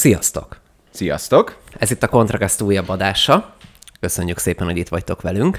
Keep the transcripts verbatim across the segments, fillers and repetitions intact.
Sziasztok! Sziasztok! Ez itt a ContraCast újabb adása. Köszönjük szépen, hogy itt vagytok velünk.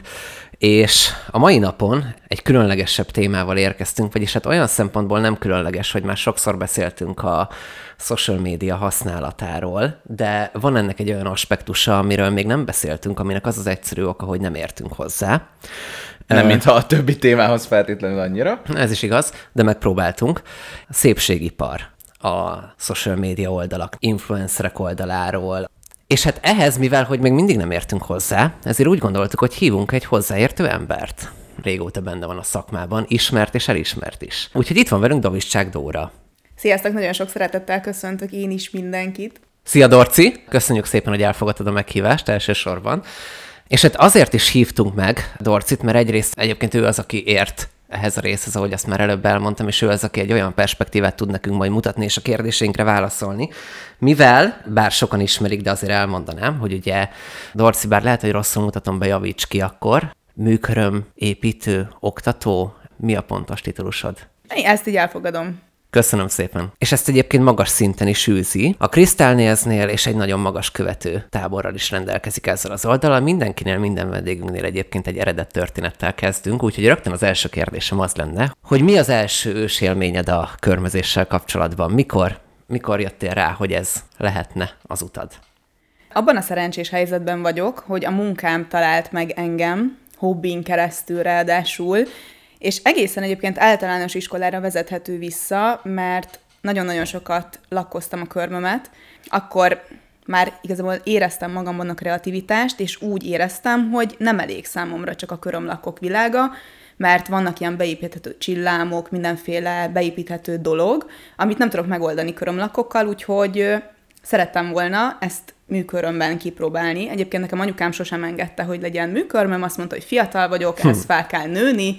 És a mai napon egy különlegesebb témával érkeztünk, vagyis hát olyan szempontból nem különleges, hogy már sokszor beszéltünk a social media használatáról, de van ennek egy olyan aspektusa, amiről még nem beszéltünk, aminek az az egyszerű oka, hogy nem értünk hozzá. Nem, mintha a többi témához feltétlenül annyira. Ez is igaz, de megpróbáltunk. A szépségipar a social media oldalak, influencerek oldaláról. És hát ehhez, mivel hogy még mindig nem értünk hozzá, ezért úgy gondoltuk, hogy hívunk egy hozzáértő embert. Régóta benne van a szakmában, ismert és elismert is. Úgyhogy itt van velünk Dovischák Dóra. Sziasztok, nagyon sok szeretettel köszöntök én is mindenkit. Szia Dorci! Köszönjük szépen, hogy elfogadtad a meghívást elsősorban. És hát azért is hívtunk meg Dorcit, mert egyrészt egyébként ő az, aki ért ehhez a részhez, ahogy azt már előbb elmondtam, és ő az, aki egy olyan perspektívát tud nekünk majd mutatni, és a kérdéseinkre válaszolni. Mivel, bár sokan ismerik, de azért elmondanám, hogy ugye Dorci, bár lehet, hogy rosszul mutatom be, javíts ki akkor, műköröm, építő, oktató, mi a pontos titulusod? Én ezt így elfogadom. Köszönöm szépen. És ezt egyébként magas szinten is űzi. A Crystal Nails-nél és egy nagyon magas követő táborral is rendelkezik ezzel az oldalal. Mindenkinél, minden vendégünknél egyébként egy eredet történettel kezdünk, úgyhogy rögtön az első kérdésem az lenne, hogy mi az első ősélményed a körmözéssel kapcsolatban? Mikor, mikor jöttél rá, hogy ez lehetne az utad? Abban a szerencsés helyzetben vagyok, hogy a munkám talált meg engem, hobbin keresztül ráadásul, és egészen egyébként általános iskolára vezethető vissza, mert nagyon-nagyon sokat lakkoztam a körmömet, akkor már igazából éreztem magamban a kreativitást, és úgy éreztem, hogy nem elég számomra csak a körömlakkok világa, mert vannak ilyen beépíthető csillámok, mindenféle beépíthető dolog, amit nem tudok megoldani körömlakkokkal, úgyhogy szerettem volna ezt műkörömben kipróbálni. Egyébként nekem anyukám sosem engedte, hogy legyen műkörmöm, azt mondta, hogy fiatal vagyok, hm. ezt fel kell nőni,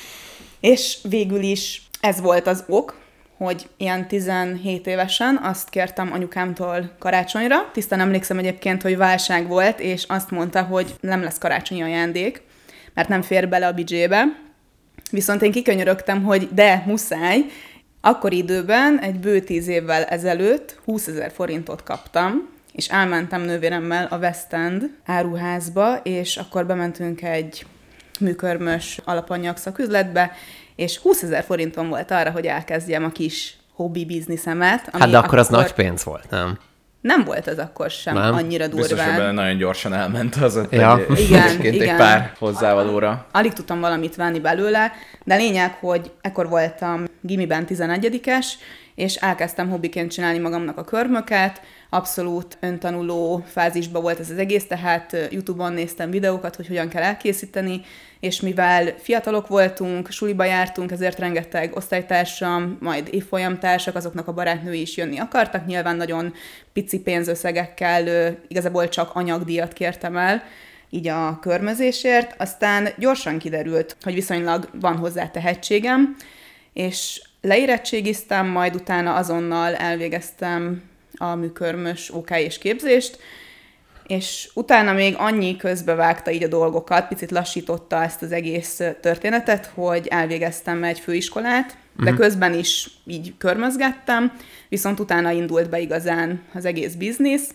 és végül is ez volt az ok, hogy ilyen tizenhét évesen azt kértem anyukámtól karácsonyra. Tisztán emlékszem egyébként, hogy válság volt, és azt mondta, hogy nem lesz karácsonyi ajándék, mert nem fér bele a büdzsébe. Viszont én kikönyörögtem, hogy de, muszáj. Akkor időben, egy bő tíz évvel ezelőtt húszezer forintot kaptam, és elmentem nővéremmel a West End áruházba, és akkor bementünk egy műkörmös alapanyag szaküzletbe, és húszezer forintom volt arra, hogy elkezdjem a kis hobbi bizniszemet. Hát de akkor, akkor az nagy pénz volt, nem? Nem volt az akkor sem nem. annyira durván. Biztos, hogy nagyon gyorsan elment az ott ja. egy, igen, igen. egy pár hozzávalóra. Alig tudtam valamit venni belőle, de lényeg, hogy ekkor voltam gimiben tizenegyedikes, és elkezdtem hobbiként csinálni magamnak a körmöket, abszolút öntanuló fázisban volt ez az egész, tehát YouTube-on néztem videókat, hogy hogyan kell elkészíteni, és mivel fiatalok voltunk, suliba jártunk, ezért rengeteg osztálytársam, majd évfolyamtársak, azoknak a barátnői is jönni akartak, nyilván nagyon pici pénzösszegekkel, igazából csak anyagdíjat kértem el, így a körmözésért, aztán gyorsan kiderült, hogy viszonylag van hozzá tehetségem, és leérettségiztem, majd utána azonnal elvégeztem a műkörmös ó ká és képzést, és utána még annyi közbevágta így a dolgokat, picit lassította ezt az egész történetet, hogy elvégeztem egy főiskolát, de közben is így körmözgettem, viszont utána indult be igazán az egész biznisz,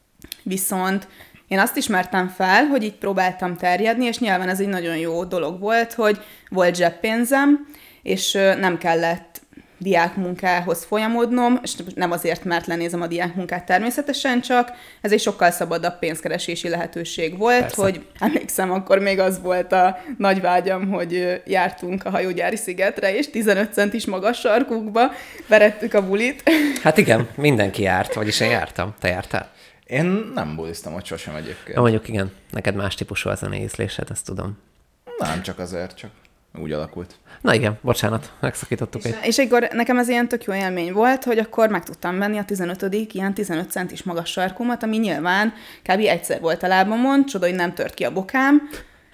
viszont én azt ismertem fel, hogy így próbáltam terjedni, és nyilván ez egy nagyon jó dolog volt, hogy volt zseppénzem, és nem kellett diákmunkához folyamodnom, és nem azért, mert lenézem a diákmunkát természetesen, csak ez egy sokkal szabadabb pénzkeresési lehetőség volt, persze. Hogy emlékszem, akkor még az volt a nagy vágyam, hogy jártunk a hajógyári szigetre, és tizenöt centis magas sarkukba verettük a bulit. Hát igen, mindenki járt, vagyis én jártam. Te jártál? Én nem buliztam ott sosem egyébként. Ja, mondjuk igen, neked más típusú az a ízlésed, ezt tudom. Nem csak azért, csak úgy alakult. Na igen, bocsánat, megszakítottuk és, egy. És akkor nekem ez ilyen tök jó élmény volt, hogy akkor meg tudtam venni a tizenötödik ilyen tizenöt centis magas sarkumat, ami nyilván kb. Egyszer volt a lábamon, csoda, hogy nem tört ki a bokám.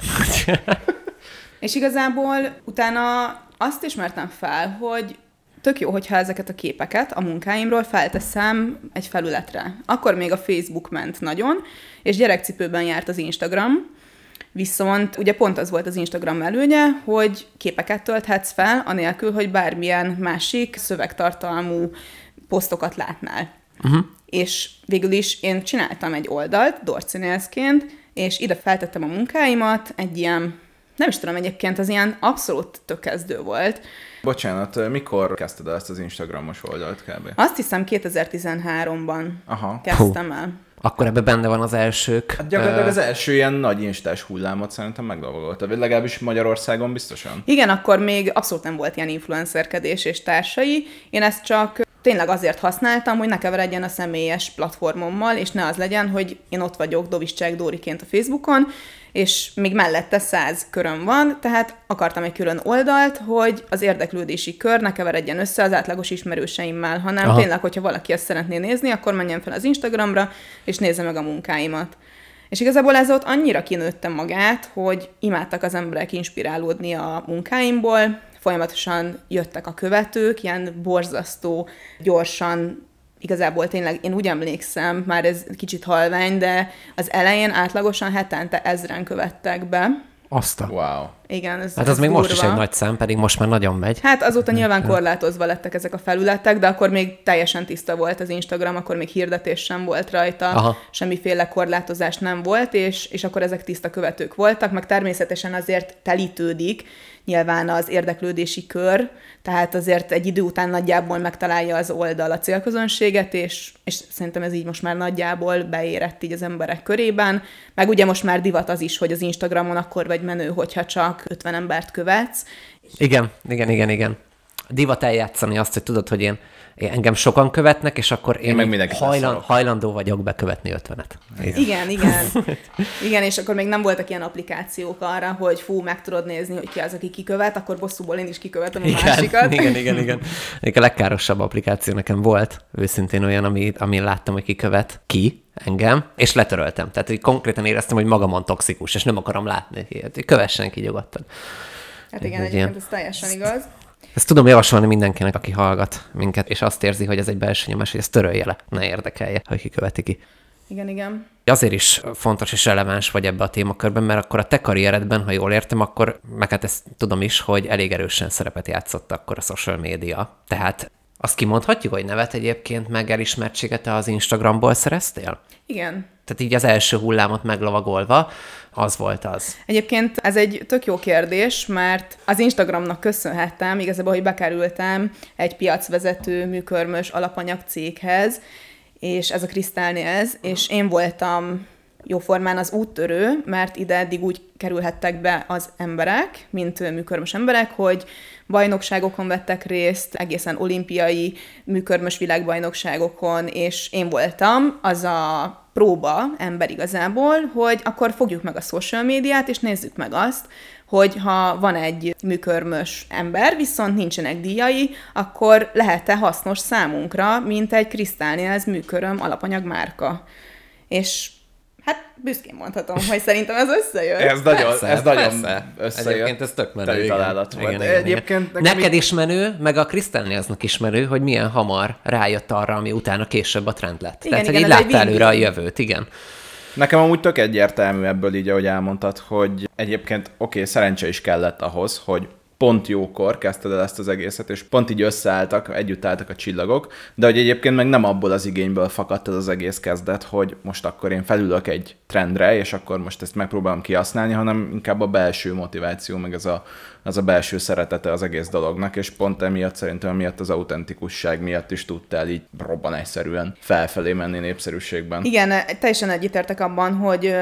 És igazából utána azt ismertem fel, hogy tök jó, hogyha ezeket a képeket a munkáimról felteszem egy felületre. Akkor még a Facebook ment nagyon, és gyerekcipőben járt az Instagram, viszont ugye pont az volt az Instagram előnye, hogy képeket tölthetsz fel, anélkül, hogy bármilyen másik szövegtartalmú posztokat látnál. Uh-huh. és végül is én csináltam egy oldalt dorcinészként, és ide feltettem a munkáimat, egy ilyen, nem is tudom, egyébként az ilyen abszolút tök kezdő volt. Bocsánat, mikor kezdted el ezt az Instagramos oldalt kb? Azt hiszem kétezer-tizenháromban Aha. kezdtem el. Akkor ebben benne van az elsők. Hát gyakorlatilag az első ilyen nagy instás hullámot szerintem megdolgolta, vagy legalábbis Magyarországon biztosan. Igen, akkor még abszolút nem volt ilyen influencerkedés és társai. Én ezt csak tényleg azért használtam, hogy ne keveredjen a személyes platformommal, és ne az legyen, hogy én ott vagyok Dovischek Dóriként a Facebookon, és még mellette száz köröm van, tehát akartam egy külön oldalt, hogy az érdeklődési kör ne keveredjen össze az átlagos ismerőseimmel, hanem Aha. tényleg, hogyha valaki ezt szeretné nézni, akkor menjen fel az Instagramra, és nézze meg a munkáimat. És igazából ez ott annyira kinőtte magát, hogy imádtak az emberek inspirálódni a munkáimból, folyamatosan jöttek a követők, ilyen borzasztó, gyorsan, igazából tényleg én úgy emlékszem, már ez kicsit halvány, de az elején átlagosan hetente ezren követtek be. Azt a... Wow. Igen, ez Hát az ez még durva. most is egy nagy szám, pedig most már nagyon megy. Hát azóta nyilván korlátozva lettek ezek a felületek, de akkor még teljesen tiszta volt az Instagram, akkor még hirdetés sem volt rajta, Aha. semmiféle korlátozás nem volt, és, és akkor ezek tiszta követők voltak, meg természetesen azért telítődik nyilván az érdeklődési kör, tehát azért egy idő után nagyjából megtalálja az oldal a célközönséget, és, és szerintem ez így most már nagyjából beérett így az emberek körében, meg ugye most már divat az is, hogy az Instagramon akkor vagy menő, hogyha csak ötven embert követsz. Igen, igen, igen, igen. Divat eljátszani azt, hogy tudod, hogy én, én engem sokan követnek, és akkor én, én meg hajlan, hajlandó vagyok bekövetni ötvenet. Igen, igen. Igen. Igen, és akkor még nem voltak ilyen applikációk arra, hogy fú, meg tudod nézni, hogy ki az, aki kikövet, akkor bosszúból én is kikövetem a igen, másikat. Igen, igen, igen. A legkárosabb applikáció nekem volt, őszintén olyan, ami, amin láttam, hogy kikövet ki engem, és letöröltem. Tehát, hogy konkrétan éreztem, hogy magamon toxikus, és nem akarom látni. Hogy kövessen ki nyugodtan. Hát igen, egyébként ez teljesen igaz. Ezt tudom javasolni mindenkinek, aki hallgat minket, és azt érzi, hogy ez egy belső nyomás, hogy ezt törölje le, ne érdekelje, hogy ki követi ki. Igen, igen. Azért is fontos és releváns vagy ebbe a témakörben, mert akkor a te karrieredben, ha jól értem, akkor, meg hát ezt tudom is, hogy elég erősen szerepet játszott akkor a social média. Tehát azt kimondhatjuk, hogy nevet egyébként meg elismertséget te az Instagramból szereztél? Igen. Tehát így az első hullámot meglovagolva, az volt az. Egyébként ez egy tök jó kérdés, mert az Instagramnak köszönhettem, igazából, hogy bekerültem egy piacvezető műkörmös alapanyag céghez, és ez a Crystal Nails, és én voltam jóformán az úttörő, mert ide eddig úgy kerülhettek be az emberek, mint műkörmös emberek, hogy bajnokságokon vettek részt, egészen olimpiai műkörmös világbajnokságokon, és én voltam az a próba ember igazából, hogy akkor fogjuk meg a social médiát, és nézzük meg azt, hogy ha van egy műkörmös ember, viszont nincsenek díjai, akkor lehet-e hasznos számunkra, mint egy Crystal Nails műköröm alapanyag márka. És hát büszkén mondhatom, hogy szerintem ez összejön. Ez nagyon, persze, ez nagyon persze. összejön. Egyébként ez tök menő. Teli találat volt. Igen, igen, Egyébként igen. Neked is menő, meg a Crystal Nailsnak is menő, hogy milyen hamar rájött arra, ami utána később a trend lett. Igen, Tehát, igen, hogy így látta előre a jövőt, igen. Nekem amúgy tök egyértelmű ebből így, ahogy elmondtad, hogy egyébként oké, okay, szerencse is kellett ahhoz, hogy pont jókor kezdted el ezt az egészet, és pont így összeálltak, együtt álltak a csillagok, de hogy egyébként meg nem abból az igényből fakadt ez az egész kezdet, hogy most akkor én felülök egy trendre, és akkor most ezt megpróbálom kihasználni, hanem inkább a belső motiváció, meg ez a, az a belső szeretete az egész dolognak, és pont emiatt szerintem miatt az autentikusság miatt is tudtál így robbanásszerűen felfelé menni népszerűségben. Igen, teljesen egyetértek abban, hogy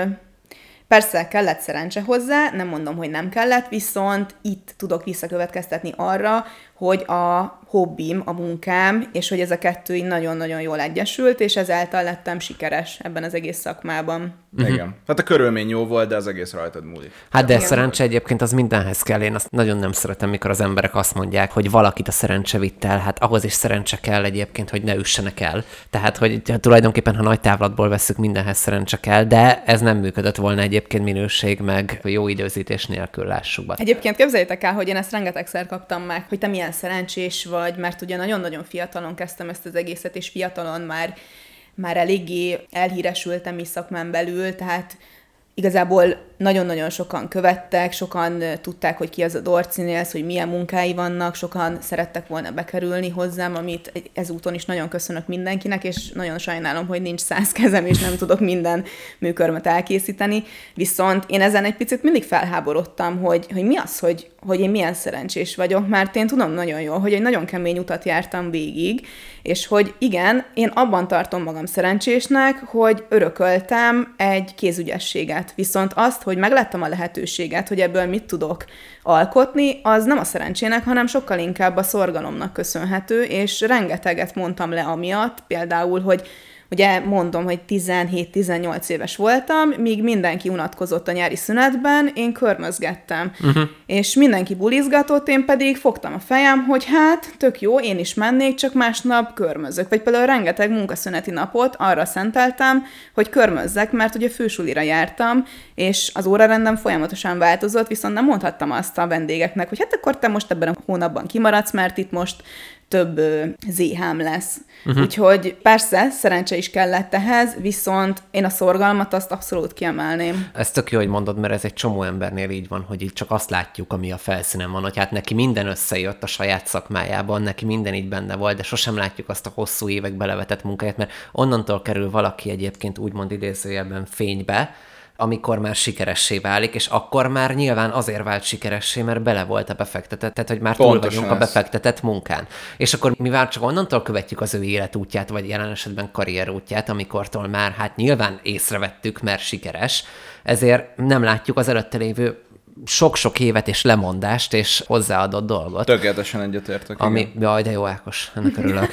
persze kellett szerencse hozzá, nem mondom, hogy nem kellett, viszont itt tudok visszakövetkeztetni arra, hogy a hobbim, a munkám, és hogy ez a kettő így nagyon-nagyon jól egyesült, és ezáltal lettem sikeres ebben az egész szakmában. Igen. Uh-huh. Hát a körülmény jó volt, de az egész rajtad múlik. Hát de szerencse egyébként az mindenhez kell. Én azt nagyon nem szeretem, mikor az emberek azt mondják, hogy valakit a szerencse vitt el. Hát ahhoz is szerencse kell egyébként, hogy ne üssenek el. Tehát, hogy tulajdonképpen, ha nagy távlatból veszük, mindenhez szerencse kell, de ez nem működött volna egyébként minőség, meg jó időzítés nélkül, lássuk be. Egyébként képzeljétek el, hogy én ezt rengetegszer kaptam meg, hogy te milyen szerencsés vagy, mert ugye nagyon-nagyon fiatalon kezdtem ezt az egészet, és fiatalon már, már eléggé elhíresültem is szakmán belül, tehát igazából nagyon-nagyon sokan követtek, sokan tudták, hogy ki az a Dorci Nélsz, hogy milyen munkái vannak, sokan szerettek volna bekerülni hozzám, amit ezúton is nagyon köszönök mindenkinek, és nagyon sajnálom, hogy nincs száz kezem, és nem tudok minden műkörmet elkészíteni. Viszont én ezen egy picit mindig felháborodtam, hogy, hogy mi az, hogy, hogy én milyen szerencsés vagyok, mert én tudom nagyon jól, hogy egy nagyon kemény utat jártam végig, és hogy igen, én abban tartom magam szerencsésnek, hogy örököltem egy kézügyességet. Viszont azt, hogy megláttam a lehetőséget, hogy ebből mit tudok alkotni, az nem a szerencsének, hanem sokkal inkább a szorgalomnak köszönhető, és rengeteget mondtam le amiatt, például, hogy ugye mondom, hogy tizenhét-tizennyolc éves voltam, míg mindenki unatkozott a nyári szünetben, én körmözgettem. Uh-huh. És mindenki bulizgatott, én pedig fogtam a fejem, hogy hát, tök jó, én is mennék, csak másnap körmözök. Vagy például rengeteg munkaszüneti napot arra szenteltem, hogy körmözzek, mert ugye fősulira jártam, és az órarendem folyamatosan változott, viszont nem mondhattam azt a vendégeknek, hogy hát akkor te most ebben a hónapban kimaradsz, mert itt most több zé hám lesz. Uh-huh. Úgyhogy persze, szerencse is kellett ehhez, viszont én a szorgalmat azt abszolút kiemelném. Ez tök jó, hogy mondod, mert ez egy csomó embernél így van, hogy így csak azt látjuk, ami a felszínen van, hogy hát neki minden összejött a saját szakmájában, neki minden így benne volt, de sosem látjuk azt a hosszú évek belevetett munkáját, mert onnantól kerül valaki egyébként úgymond idézőjelben fénybe, amikor már sikeressé válik, és akkor már nyilván azért vált sikeressé, mert bele volt a befektetett, tehát hogy már túl vagyunk a befektetett munkán. És akkor mivel csak onnantól követjük az ő életútját, vagy jelen esetben karrierútját, amikortól már hát nyilván észrevettük, mert sikeres, ezért nem látjuk az előtte lévő sok-sok évet és lemondást és hozzáadott dolgot. Tökéletesen egyetértek. Ami, jaj, de jó, Ákos, ennek örülök.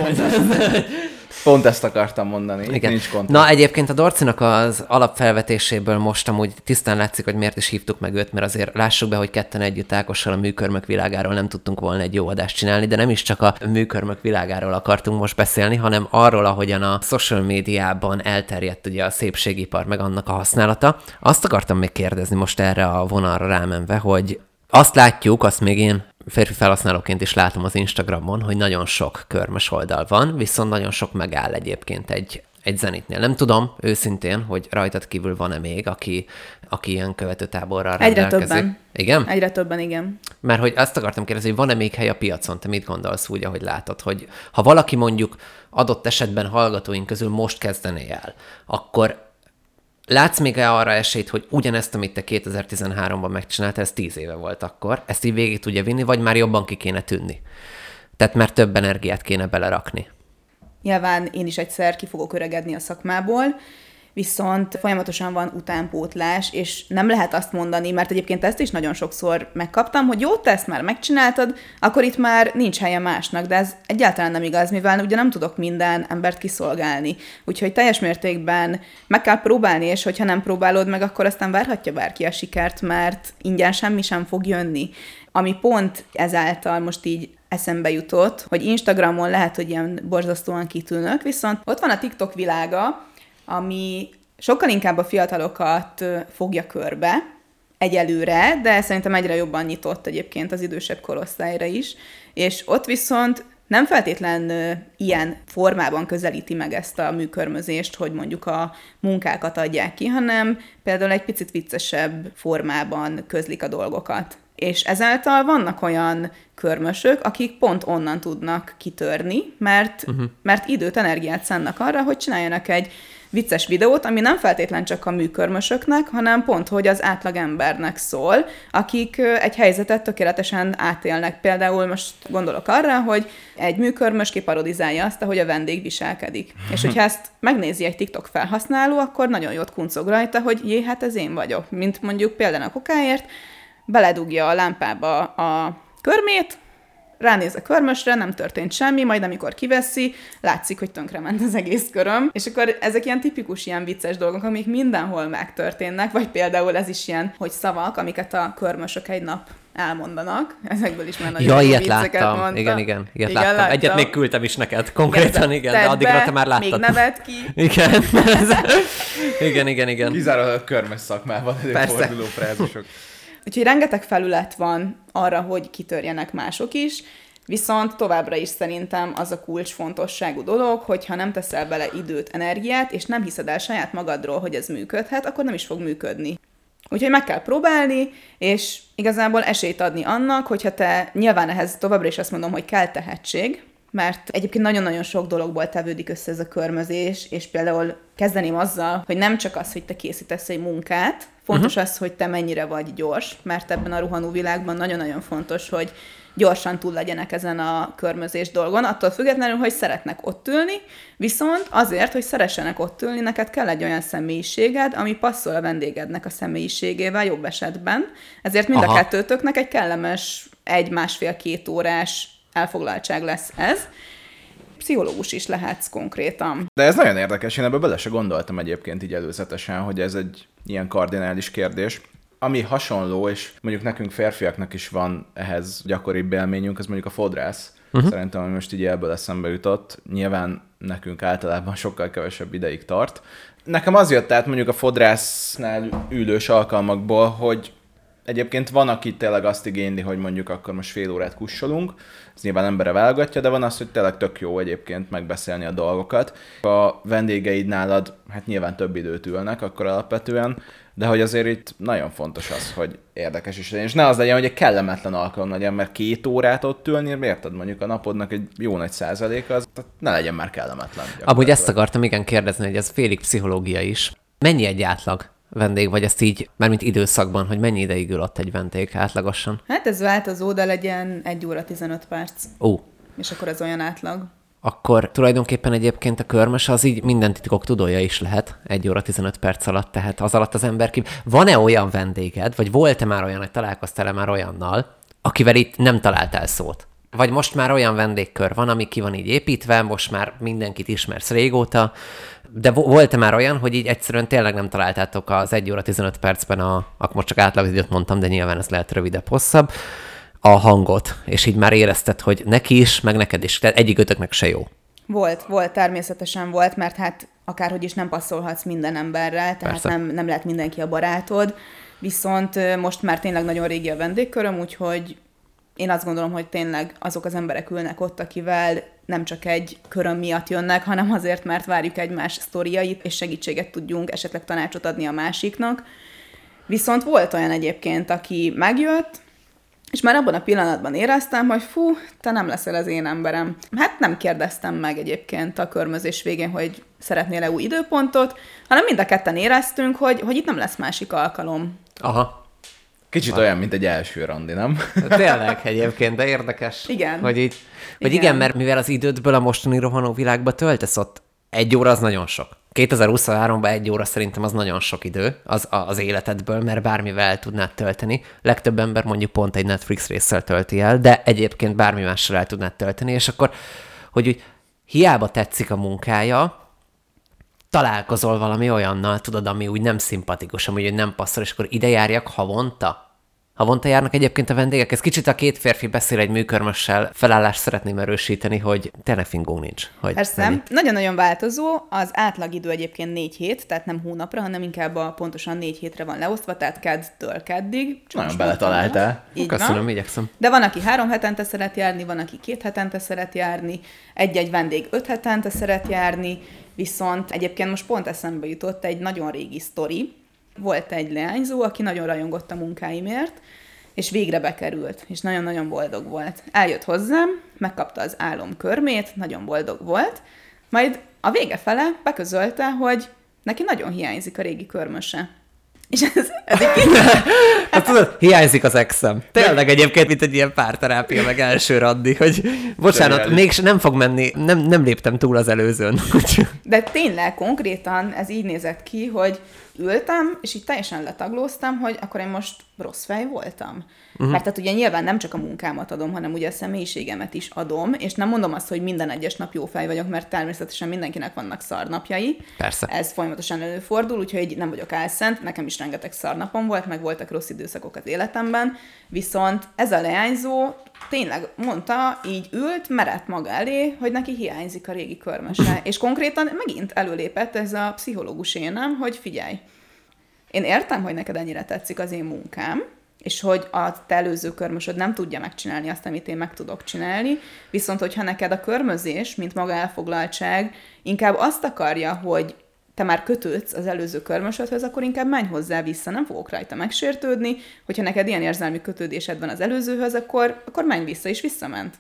Pont ezt akartam mondani, igen. Nincs kontent. Na egyébként a Dorcinak az alapfelvetéséből most amúgy tisztán látszik, hogy miért is hívtuk meg őt, mert azért lássuk be, hogy ketten együtt Ákossal a műkörmök világáról nem tudtunk volna egy jó adást csinálni, de nem is csak a műkörmök világáról akartunk most beszélni, hanem arról, ahogyan a social médiában elterjedt ugye a szépségipar meg annak a használata. Azt akartam még kérdezni most erre a vonalra rámenve, hogy azt látjuk, azt még én férfi felhasználóként is látom az Instagramon, hogy nagyon sok körmös oldal van, viszont nagyon sok megáll egyébként egy, egy zenitnél. Nem tudom őszintén, hogy rajtad kívül van-e még, aki, aki ilyen követőtáborral rendelkezik. Egyre többen. Igen? Egyre többen, igen. Mert hogy azt akartam kérdezni, hogy van-e még hely a piacon? Te mit gondolsz úgy, ahogy látod, hogy ha valaki mondjuk adott esetben hallgatóink közül most kezdené el, akkor látsz még arra esélyt, hogy ugyanezt, amit te kétezer-tizenháromban megcsináltál, ez tíz éve volt akkor, ezt így végig tudja vinni, vagy már jobban ki kéne tűnni? Tehát már több energiát kéne belerakni. Nyilván én is egyszer ki fogok öregedni a szakmából, viszont folyamatosan van utánpótlás, és nem lehet azt mondani, mert egyébként ezt is nagyon sokszor megkaptam, hogy jó, te ezt már megcsináltad, akkor itt már nincs helye másnak, de ez egyáltalán nem igaz, mivel ugye nem tudok minden embert kiszolgálni. Úgyhogy teljes mértékben meg kell próbálni, és hogyha nem próbálod meg, akkor aztán várhatja bárki a sikert, mert ingyen semmi sem fog jönni. Ami pont ezáltal most így eszembe jutott, hogy Instagramon lehet, hogy ilyen borzasztóan kitűnök, viszont ott van a TikTok világa, ami sokkal inkább a fiatalokat fogja körbe egyelőre, de szerintem egyre jobban nyitott egyébként az idősebb korosztályra is, és ott viszont nem feltétlen ilyen formában közelíti meg ezt a műkörmözést, hogy mondjuk a munkákat adják ki, hanem például egy picit viccesebb formában közlik a dolgokat. És ezáltal vannak olyan körmösök, akik pont onnan tudnak kitörni, mert, uh-huh. mert időt, energiát szánnak arra, hogy csináljanak egy vicces videót, ami nem feltétlen csak a műkörmösöknek, hanem pont, hogy az átlagembernek szól, akik egy helyzetet tökéletesen átélnek. Például most gondolok arra, hogy egy műkörmös kiparodizálja azt, ahogy a vendég viselkedik. És hogyha ezt megnézi egy TikTok felhasználó, akkor nagyon jót kuncog rajta, hogy jé, hát ez én vagyok. Mint mondjuk például a kokáért, beledugja a lámpába a körmét, ránéz a körmösre, nem történt semmi, majd amikor kiveszi, látszik, hogy tönkrement az egész köröm. És akkor ezek ilyen tipikus, ilyen vicces dolgok, amik mindenhol megtörténnek, vagy például ez is ilyen, hogy szavak, amiket a körmösök egy nap elmondanak. Ezekből is már nagyon ja, jó ilyet vicceket láttam. mondta. Igen, igen, ilyet igen láttam. láttam. Egyet még küldtem is neked, konkrétan, igen, de addigra be, te már láttad. még nevet ki. Igen, igen, igen, igen. Kizárólag a körmös szakmában előforduló frázisok. Úgyhogy rengeteg felület van arra, hogy kitörjenek mások is, viszont továbbra is szerintem az a kulcsfontosságú dolog, hogy ha nem teszel bele időt, energiát, és nem hiszed el saját magadról, hogy ez működhet, akkor nem is fog működni. Úgyhogy meg kell próbálni, és igazából esélyt adni annak, hogyha te nyilván ehhez továbbra is azt mondom, hogy kell tehetség, mert egyébként nagyon-nagyon sok dologból tevődik össze ez a körmözés, és például kezdeném azzal, hogy nem csak az, hogy te készítesz egy munkát, fontos uh-huh. az, hogy te mennyire vagy gyors, mert ebben a rohanó világban nagyon-nagyon fontos, hogy gyorsan túl legyenek ezen a körmözés dolgon, attól függetlenül, hogy szeretnek ott ülni, viszont azért, hogy szeressenek ott ülni, neked kell egy olyan személyiséged, ami passzol a vendégednek a személyiségével jobb esetben, ezért mind Aha. a kettőtöknek egy kellemes egy-másfél-két órás elfoglaltság lesz ez. Pszichológus is lehetsz konkrétan. De ez nagyon érdekes, én ebből bele se gondoltam egyébként így előzetesen, hogy ez egy ilyen kardinális kérdés. Ami hasonló, és mondjuk nekünk férfiaknak is van ehhez gyakoribb élményünk, az mondjuk a fodrász. Uh-huh. Szerintem, ami most így ebből eszembe jutott, nyilván nekünk általában sokkal kevesebb ideig tart. Nekem az jött át mondjuk a fodrásznál ülős alkalmakból, hogy egyébként van, aki tényleg azt igényli, hogy mondjuk akkor most fél órát kussolunk, ez nyilván embere válogatja, de van az, hogy tényleg tök jó egyébként megbeszélni a dolgokat. A vendégeid nálad, hát nyilván több időt ülnek akkor alapvetően, de hogy azért itt nagyon fontos az, hogy érdekes is legyen. És ne az legyen, hogy egy kellemetlen alkalom legyen, mert két órát ott ülni, érted, mondjuk a napodnak egy jó nagy százaléka, az tehát ne legyen már kellemetlen. Amúgy ezt akartam igen kérdezni, hogy ez félig pszichológia is. Mennyi egy átlag vendég, vagy ezt így, mármint időszakban, hogy mennyi ideig ül ott egy vendég átlagosan? Hát ez változó, de legyen egy óra tizenöt perc. Ó. És akkor ez olyan átlag. Akkor tulajdonképpen egyébként a körmös az így minden titkok tudója is lehet egy óra tizenöt perc alatt, tehát az alatt az ember ki... Van-e olyan vendéged, vagy volt-e már olyan, hogy találkoztál-e már olyannal, akivel itt nem találtál szót? Vagy most már olyan vendégkör van, ami ki van így építve, most már mindenkit ismersz régóta, de volt-e már olyan, hogy így egyszerűen tényleg nem találtátok az egy óra tizenöt percben a, akkor most csak átlagidőt mondtam, de nyilván ez lehet rövidebb, hosszabb, a hangot, és így már érezted, hogy neki is, meg neked is, tehát egyikőtöknek se jó. Volt, volt, természetesen volt, mert hát akárhogy is nem passzolhatsz minden emberrel, tehát nem, nem lehet mindenki a barátod, viszont most már tényleg nagyon régi a vendégköröm, úgyhogy én azt gondolom, hogy tényleg azok az emberek ülnek ott, akivel nem csak egy köröm miatt jönnek, hanem azért, mert várjuk egymás sztoriait, és segítséget tudjunk, esetleg tanácsot adni a másiknak. Viszont volt olyan egyébként, aki megjött, és már abban a pillanatban éreztem, hogy fú, te nem leszel az én emberem. Hát nem kérdeztem meg egyébként a körmözés végén, hogy szeretnél-e új időpontot, hanem mind a ketten éreztünk, hogy, hogy itt nem lesz másik alkalom. Aha. Kicsit olyan, mint egy első randi, nem? Tényleg egyébként, de érdekes. Igen. Hogy így, hogy igen. igen, mert mivel az idődből a mostani rohanó világba töltesz ott, egy óra az nagyon sok. kétezer-huszonháromban egy óra szerintem az nagyon sok idő az, az életedből, mert bármivel el tudnád tölteni. Legtöbb ember mondjuk pont egy Netflix résszel tölti el, de egyébként bármi mással el tudnád tölteni, és akkor, hogy úgy hiába tetszik a munkája, találkozol valami olyannal, tudod, ami úgy nem szimpatikus, ami úgy nem passzol, és akkor ide járjak havonta? Havonta járnak egyébként a vendégek? Ez kicsit a két férfi beszél egy műkörmössel, felállást szeretném erősíteni, hogy tényleg fingunk nincs. Hogy Persze, mennyi. Nagyon-nagyon változó, az átlagidő egyébként négy hét, tehát nem hónapra, hanem inkább a pontosan négy hétre van leosztva, tehát keddtől keddig. Nagyon beletaláltál. Köszönöm, van. igyekszem. De van, aki három hetente szeret járni, van, aki két hetente szeret járni, egy-egy vendég öt hetente szeret járni, viszont egyébként most pont eszembe jutott egy nagyon régi sztori. Volt egy leányzó, aki nagyon rajongott a munkáimért, és végre bekerült, és nagyon-nagyon boldog volt. Eljött hozzám, megkapta az álomkörmét, nagyon boldog volt, majd a vége fele beközölte, hogy neki nagyon hiányzik a régi körmöse. És ez, ez egy kicsit... Hát tudod, hiányzik az exem. Tényleg egyébként, mint egy ilyen párterápia, meg első randi, hogy bocsánat, még nem fog menni, nem, nem léptem túl az előzőn. De tényleg konkrétan ez így nézett ki, hogy ültem, és így teljesen letaglóztam, hogy akkor én most rossz fej voltam. Uh-huh. Mert tehát ugye nyilván nem csak a munkámat adom, hanem ugye a személyiségemet is adom, és nem mondom azt, hogy minden egyes nap jó fej vagyok, mert természetesen mindenkinek vannak szarnapjai. Persze. Ez folyamatosan előfordul, úgyhogy nem vagyok álszent, nekem is rengeteg szarnapom volt, meg voltak rossz időszakok az életemben, viszont ez a leányzó tényleg mondta, így ült, merett maga elé, hogy neki hiányzik a régi körmöse. És konkrétan megint előlépett ez a pszichológus énem, hogy figyelj, én értem, hogy neked ennyire tetszik az én munkám, és hogy a te előző körmösöd nem tudja megcsinálni azt, amit én meg tudok csinálni, viszont hogyha neked a körmözés, mint maga elfoglaltság, inkább azt akarja, hogy te már kötődsz az előző körmösödhöz, akkor inkább menj hozzá vissza, nem fogok rajta megsértődni, hogyha neked ilyen érzelmi kötődésed van az előzőhöz, akkor, akkor menj vissza, és visszament.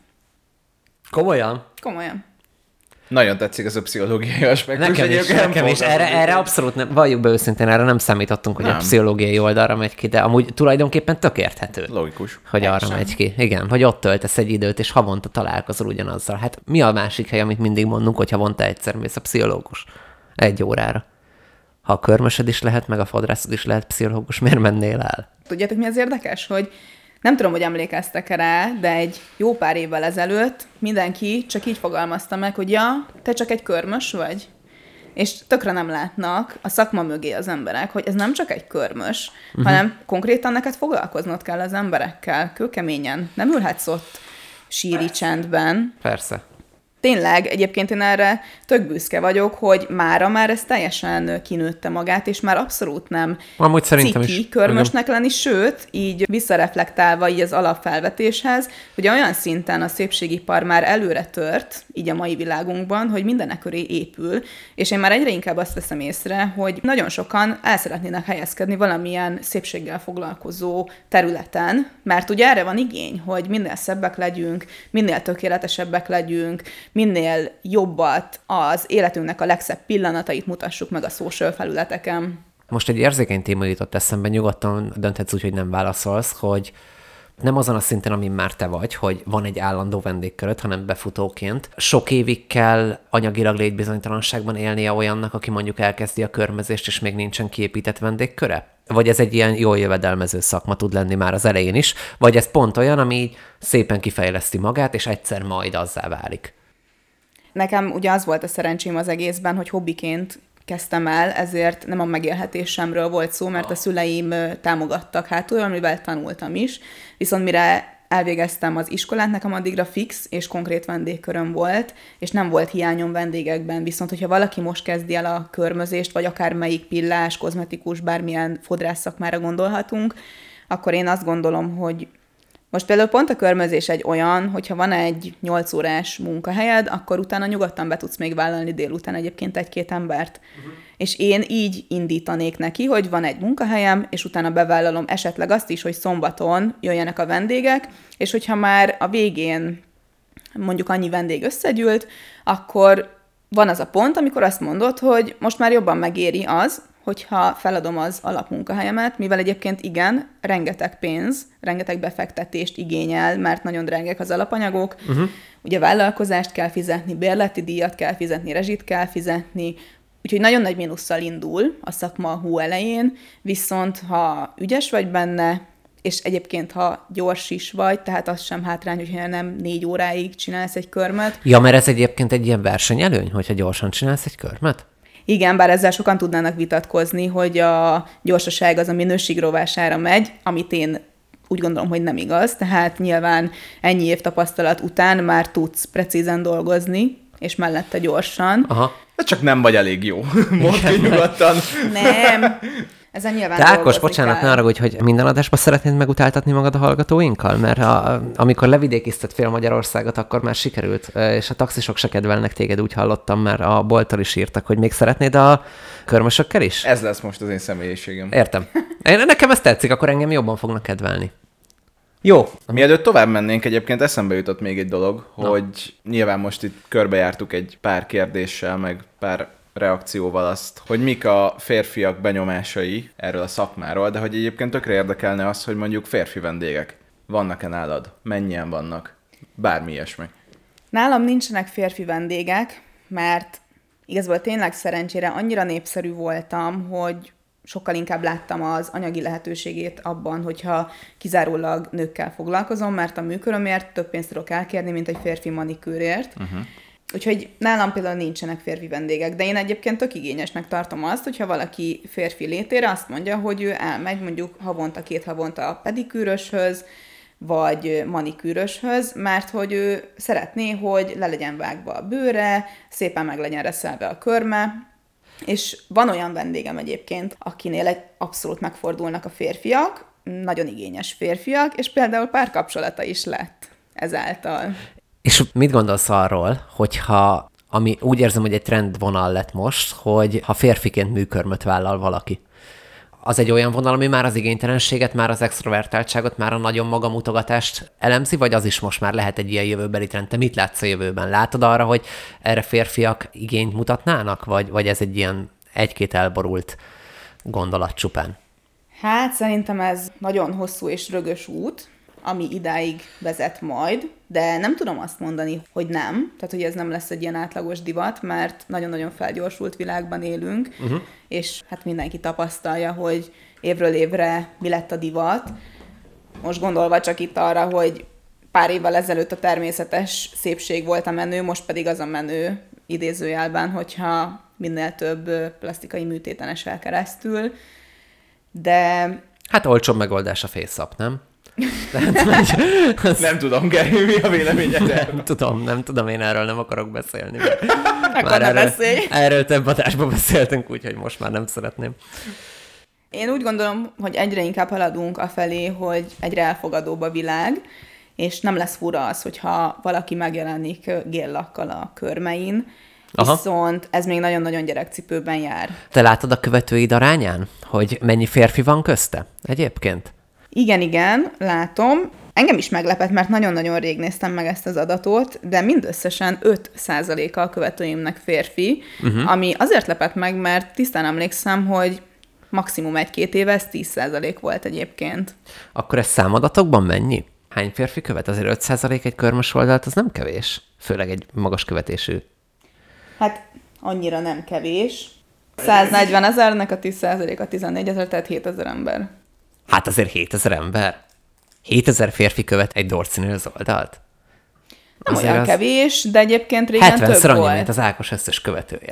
Komolyan? Komolyan. Nagyon tetszik ez a pszichológiai aspektus. Nekem is, nekem is. Erre, erre abszolút nem, valljuk be őszintén, erre nem számítottunk, hogy nem. a pszichológiai oldalra megy ki, de amúgy tulajdonképpen tök érthető. Logikus. Hogy arra Teljesen. megy ki. Igen, hogy ott töltesz egy időt, és havonta találkozol ugyanazzal. Hát mi a másik hely, amit mindig mondunk, hogy havonta egyszer mész a pszichológus? Egy órára. Ha a körmösöd is lehet, meg a fodrászod is lehet pszichológus, miért mennél el? Tudjátok, mi az érdekes, hogy nem tudom, hogy emlékeztek rá, de egy jó pár évvel ezelőtt mindenki csak így fogalmazta meg, hogy ja, te csak egy körmös vagy. És tökre nem látnak a szakma mögé az emberek, hogy ez nem csak egy körmös, uh-huh. hanem konkrétan neked foglalkoznod kell az emberekkel, kőkeményen. Nem ülhetsz ott síri csendben. Persze. Tényleg, egyébként én erre tök büszke vagyok, hogy mára már ez teljesen kinőtte magát, és már abszolút nem Amúgy szerintem ciki is. körmösnek lenni, sőt, így visszareflektálva így az alapfelvetéshez, hogy olyan szinten a szépségipar már előre tört, így a mai világunkban, hogy mindenek köré épül, és én már egyre inkább azt veszem észre, hogy nagyon sokan el szeretnének helyezkedni valamilyen szépséggel foglalkozó területen, mert ugye erre van igény, hogy minél szebbek legyünk, minél tökéletesebbek legyünk, minél jobbat az életünknek a legszebb pillanatait mutassuk meg a social felületeken. Most egy érzékeny téma jutott eszembe, nyugodtan dönthetsz úgy, hogy nem válaszolsz, hogy nem azon a szinten, amin már te vagy, hogy van egy állandó vendégköröd, hanem befutóként. Sok évig kell anyagilag létbizonytalanságban élnie olyannak, aki mondjuk elkezdi a körmözést, és még nincsen kiépített vendégköre? Vagy ez egy ilyen jól jövedelmező szakma tud lenni már az elején is? Vagy ez pont olyan, ami így szépen kifejleszti magát, és egyszer majd azzá válik? Nekem ugye az volt a szerencsém az egészben, hogy hobbiként kezdtem el, ezért nem a megélhetésemről volt szó, mert a szüleim támogattak hátul, amivel tanultam is. Viszont mire elvégeztem az iskolát, nekem addigra fix és konkrét vendégköröm volt, és nem volt hiányom vendégekben. Viszont, hogyha valaki most kezdi el a körmözést, vagy akár melyik pillás, kozmetikus, bármilyen fodrász szakmára gondolhatunk, akkor én azt gondolom, hogy most például pont a körmözés egy olyan, hogyha van egy nyolc órás munkahelyed, akkor utána nyugodtan be tudsz még vállalni délután egyébként egy-két embert. Uh-huh. És én így indítanék neki, hogy van egy munkahelyem, és utána bevállalom esetleg azt is, hogy szombaton jöjjenek a vendégek, és hogyha már a végén mondjuk annyi vendég összegyűlt, akkor van az a pont, amikor azt mondod, hogy most már jobban megéri az, hogyha feladom az alapmunkahelyemet, mivel egyébként igen, rengeteg pénz, rengeteg befektetést igényel, mert nagyon drágák az alapanyagok. Uh-huh. Ugye vállalkozást kell fizetni, bérleti díjat kell fizetni, rezsit kell fizetni, úgyhogy nagyon nagy mínusszal indul a szakma a hó elején, viszont ha ügyes vagy benne, és egyébként ha gyors is vagy, tehát az sem hátrány, hogyha nem négy óráig csinálsz egy körmöt. Ja, mert ez egyébként egy ilyen versenyelőny, hogyha gyorsan csinálsz egy körmöt? Igen, bár ezzel sokan tudnának vitatkozni, hogy a gyorsaság az a minőség rovására megy, amit én úgy gondolom, hogy nem igaz, tehát nyilván ennyi év tapasztalat után már tudsz precízen dolgozni, és mellette gyorsan. Aha. De csak nem vagy elég jó. Mondd ki nyugodtan. Nem. Ezen nyilván Te Ákos, bocsánat, kell. ne arra, hogy minden adásban szeretnéd megutáltatni magad a hallgatóinkkal? Mert a, amikor levidékizted fél Magyarországot, akkor már sikerült, és a taxisok se kedvelnek téged, úgy hallottam, mert a bolttól is írtak, hogy még szeretnéd a körmösökkel is? Ez lesz most az én személyiségem. Értem. Én, nekem ez tetszik, akkor engem jobban fognak kedvelni. Jó. Mielőtt tovább mennénk, egyébként eszembe jutott még egy dolog, Na. hogy nyilván most itt körbejártuk egy pár kérdéssel, meg pár reakcióval azt, hogy mik a férfiak benyomásai erről a szakmáról, de hogy egyébként tökre érdekelne az, hogy mondjuk férfi vendégek vannak-e nálad? Mennyien vannak? Bármi ilyesmi. Nálam nincsenek férfi vendégek, mert igazából tényleg szerencsére annyira népszerű voltam, hogy sokkal inkább láttam az anyagi lehetőségét abban, hogyha kizárólag nőkkel foglalkozom, mert a műkörömért több pénzt tudok elkérni, mint egy férfi manikűrért. Uh-huh. Úgyhogy nálam például nincsenek férfi vendégek, de én egyébként tök igényesnek tartom azt, hogyha valaki férfi létére azt mondja, hogy ő elmegy mondjuk havonta, két havonta a pedikűröshöz, vagy manikűröshöz, mert hogy ő szeretné, hogy le legyen vágva a bőre, szépen meg legyen reszelve a körme, és van olyan vendégem egyébként, akinél egy abszolút megfordulnak a férfiak, nagyon igényes férfiak, és például párkapcsolata is lett ezáltal. És mit gondolsz arról, hogyha ami úgy érzem, hogy egy trendvonal lett most, hogy ha férfiként műkörmöt vállal valaki. Az egy olyan vonal, ami már az igénytelenséget, már az extrovertáltságot, már a nagyon magamutogatást elemzi, vagy az is most már lehet egy ilyen jövőbeli trend? Te mit látsz a jövőben? Látod arra, hogy erre férfiak igényt mutatnának, vagy, vagy ez egy ilyen egy-két elborult gondolat csupán? Hát szerintem ez nagyon hosszú és rögös út, ami idáig vezet majd, de nem tudom azt mondani, hogy nem, tehát hogy ez nem lesz egy ilyen átlagos divat, mert nagyon-nagyon felgyorsult világban élünk, uh-huh. és hát mindenki tapasztalja, hogy évről évre mi lett a divat. Most gondolva csak itt arra, hogy pár évvel ezelőtt a természetes szépség volt a menő, most pedig az a menő idézőjelben, hogyha minél több plastikai műtéten esel keresztül, de... Hát olcsóbb megoldás a face-up, nem? Az... Nem tudom, Geri, mi a véleményed? Nem tudom, nem tudom, én erről nem akarok beszélni. Akkor ne beszélj. Erről több adásban beszéltünk, úgyhogy most már nem szeretném. Én úgy gondolom, hogy egyre inkább haladunk afelé, hogy egyre elfogadóbb a világ, és nem lesz fura az, hogyha valaki megjelenik géllakkal a körmein, Aha. viszont ez még nagyon-nagyon gyerekcipőben jár. Te látod a követőid arányán, hogy mennyi férfi van közte egyébként? Igen, igen, látom. Engem is meglepett, mert nagyon-nagyon rég néztem meg ezt az adatot, de mindösszesen öt százaléka a követőimnek férfi, uh-huh. ami azért lepett meg, mert tisztán emlékszem, hogy maximum egy-két éve ez tíz százalék volt egyébként. Akkor ez számadatokban mennyi? Hány férfi követ? Azért öt százalék egy körmös oldalt, az nem kevés. Főleg egy magas követésű. Hát annyira nem kevés. száznegyven ezernek a tíz százalék a tizennégy ezer, tehát hétezer ember. Hát azért hétezer ember? hétezer férfi követ egy Dorcinő az oldalt? Nem azért olyan az... kevés, de egyébként régen több volt. annyi, mint az Ákos összes követője.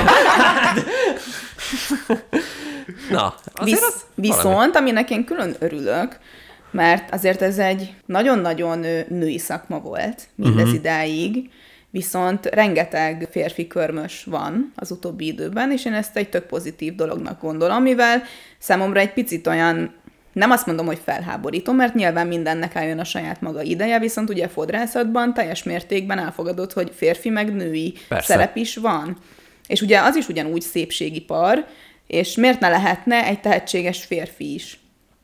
Na, azért Visz, az Viszont, valami. aminek én külön örülök, mert azért ez egy nagyon-nagyon női szakma volt mindez uh-huh. idáig, viszont rengeteg férfi körmös van az utóbbi időben, és én ezt egy tök pozitív dolognak gondolom, mivel számomra egy picit olyan, nem azt mondom, hogy felháborító, mert nyilván mindennek álljon a saját maga ideje, viszont ugye fodrászatban teljes mértékben elfogadott, hogy férfi meg női Persze. szerep is van. És ugye az is ugyanúgy szépségipar, és miért ne lehetne egy tehetséges férfi is?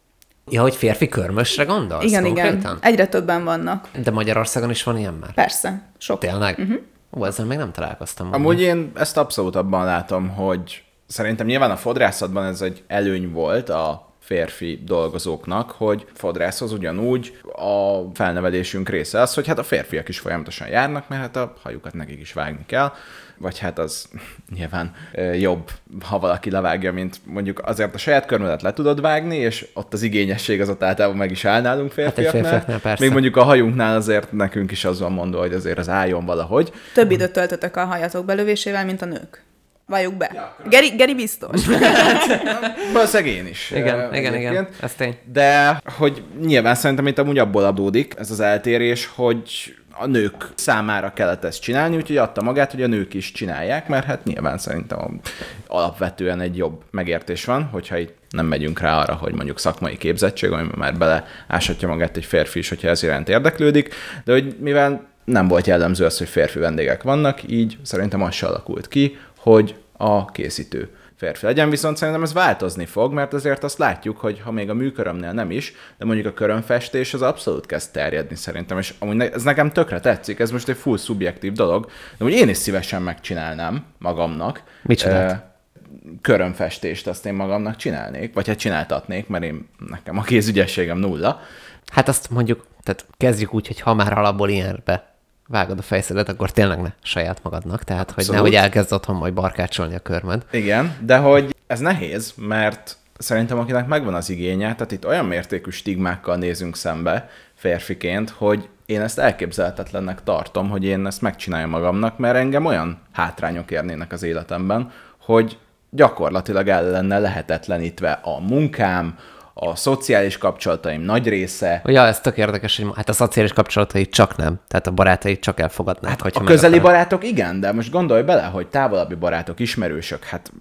Ja, hogy férfi körmösre gondolsz? Igen, konkrétan? igen. Egyre többen vannak. De Magyarországon is van ilyen már? Persze. Sok. Tényleg? Uh-huh. Ó, ezzel még nem találkoztam. Amúgy mondani. Én ezt abszolút abban látom, hogy szerintem nyilván a fodrászatban ez egy előny volt a férfi dolgozóknak, hogy fodrászhoz ugyanúgy a felnevelésünk része az, hogy hát a férfiak is folyamatosan járnak, mert hát a hajukat nekik is vágni kell, vagy hát az nyilván jobb, ha valaki levágja, mint mondjuk azért a saját körmödet le tudod vágni, és ott az igényesség az ott általában meg is áll nálunk férfiaknál. Hát férfiaknál Még mondjuk a hajunknál azért nekünk is az van mondva, hogy azért az álljon valahogy. Több időt töltötök a hajatok belövésével, mint a nők. Valljuk be. Ja, Geri, Geri biztos. Valószínűleg én is. Igen, uh, igen, igen, ez tény. De hogy nyilván szerintem itt amúgy abból adódik ez az eltérés, hogy a nők számára kellett ezt csinálni, úgyhogy adta magát, hogy a nők is csinálják, mert hát nyilván szerintem alapvetően egy jobb megértés van, hogyha itt nem megyünk rá arra, hogy mondjuk szakmai képzettség, amiben már beleáshatja magát egy férfi is, hogyha ez iránt érdeklődik, de hogy mivel nem volt jellemző az, hogy férfi vendégek vannak, így szerintem az se alakult ki, hogy a készítő férfi legyen, viszont szerintem ez változni fog, mert azért azt látjuk, hogy ha még a műkörömnél nem is, de mondjuk a körömfestés az abszolút kezd terjedni szerintem, és amúgy ez nekem tökre tetszik, ez most egy full szubjektív dolog, de úgy én is szívesen megcsinálnám magamnak. Mit csinált? Körömfestést azt én magamnak csinálnék, vagy hát csináltatnék, mert én, nekem a kézügyességem nulla. Hát azt mondjuk, tehát kezdjük úgy, hogy ha már alapból ilyenbe vágod a fejszedet, akkor tényleg ne saját magadnak, tehát hogy Abszolút. Nehogy elkezd otthon majd barkácsolni a körmöd. Igen, de hogy ez nehéz, mert szerintem akinek megvan az igénye, tehát itt olyan mértékű stigmákkal nézünk szembe férfiként, hogy én ezt elképzelhetetlennek tartom, hogy én ezt megcsináljam magamnak, mert engem olyan hátrányok érnének az életemben, hogy gyakorlatilag el lenne lehetetlenítve a munkám, a szociális kapcsolataim nagy része. Ja, ez tök érdekes, hogy hát a szociális kapcsolatai csak nem. Tehát a barátai csak elfogadnák. Hát hogyha a közeli akarod. barátok igen, de most gondolj bele, hogy távolabbi barátok, ismerősök, hát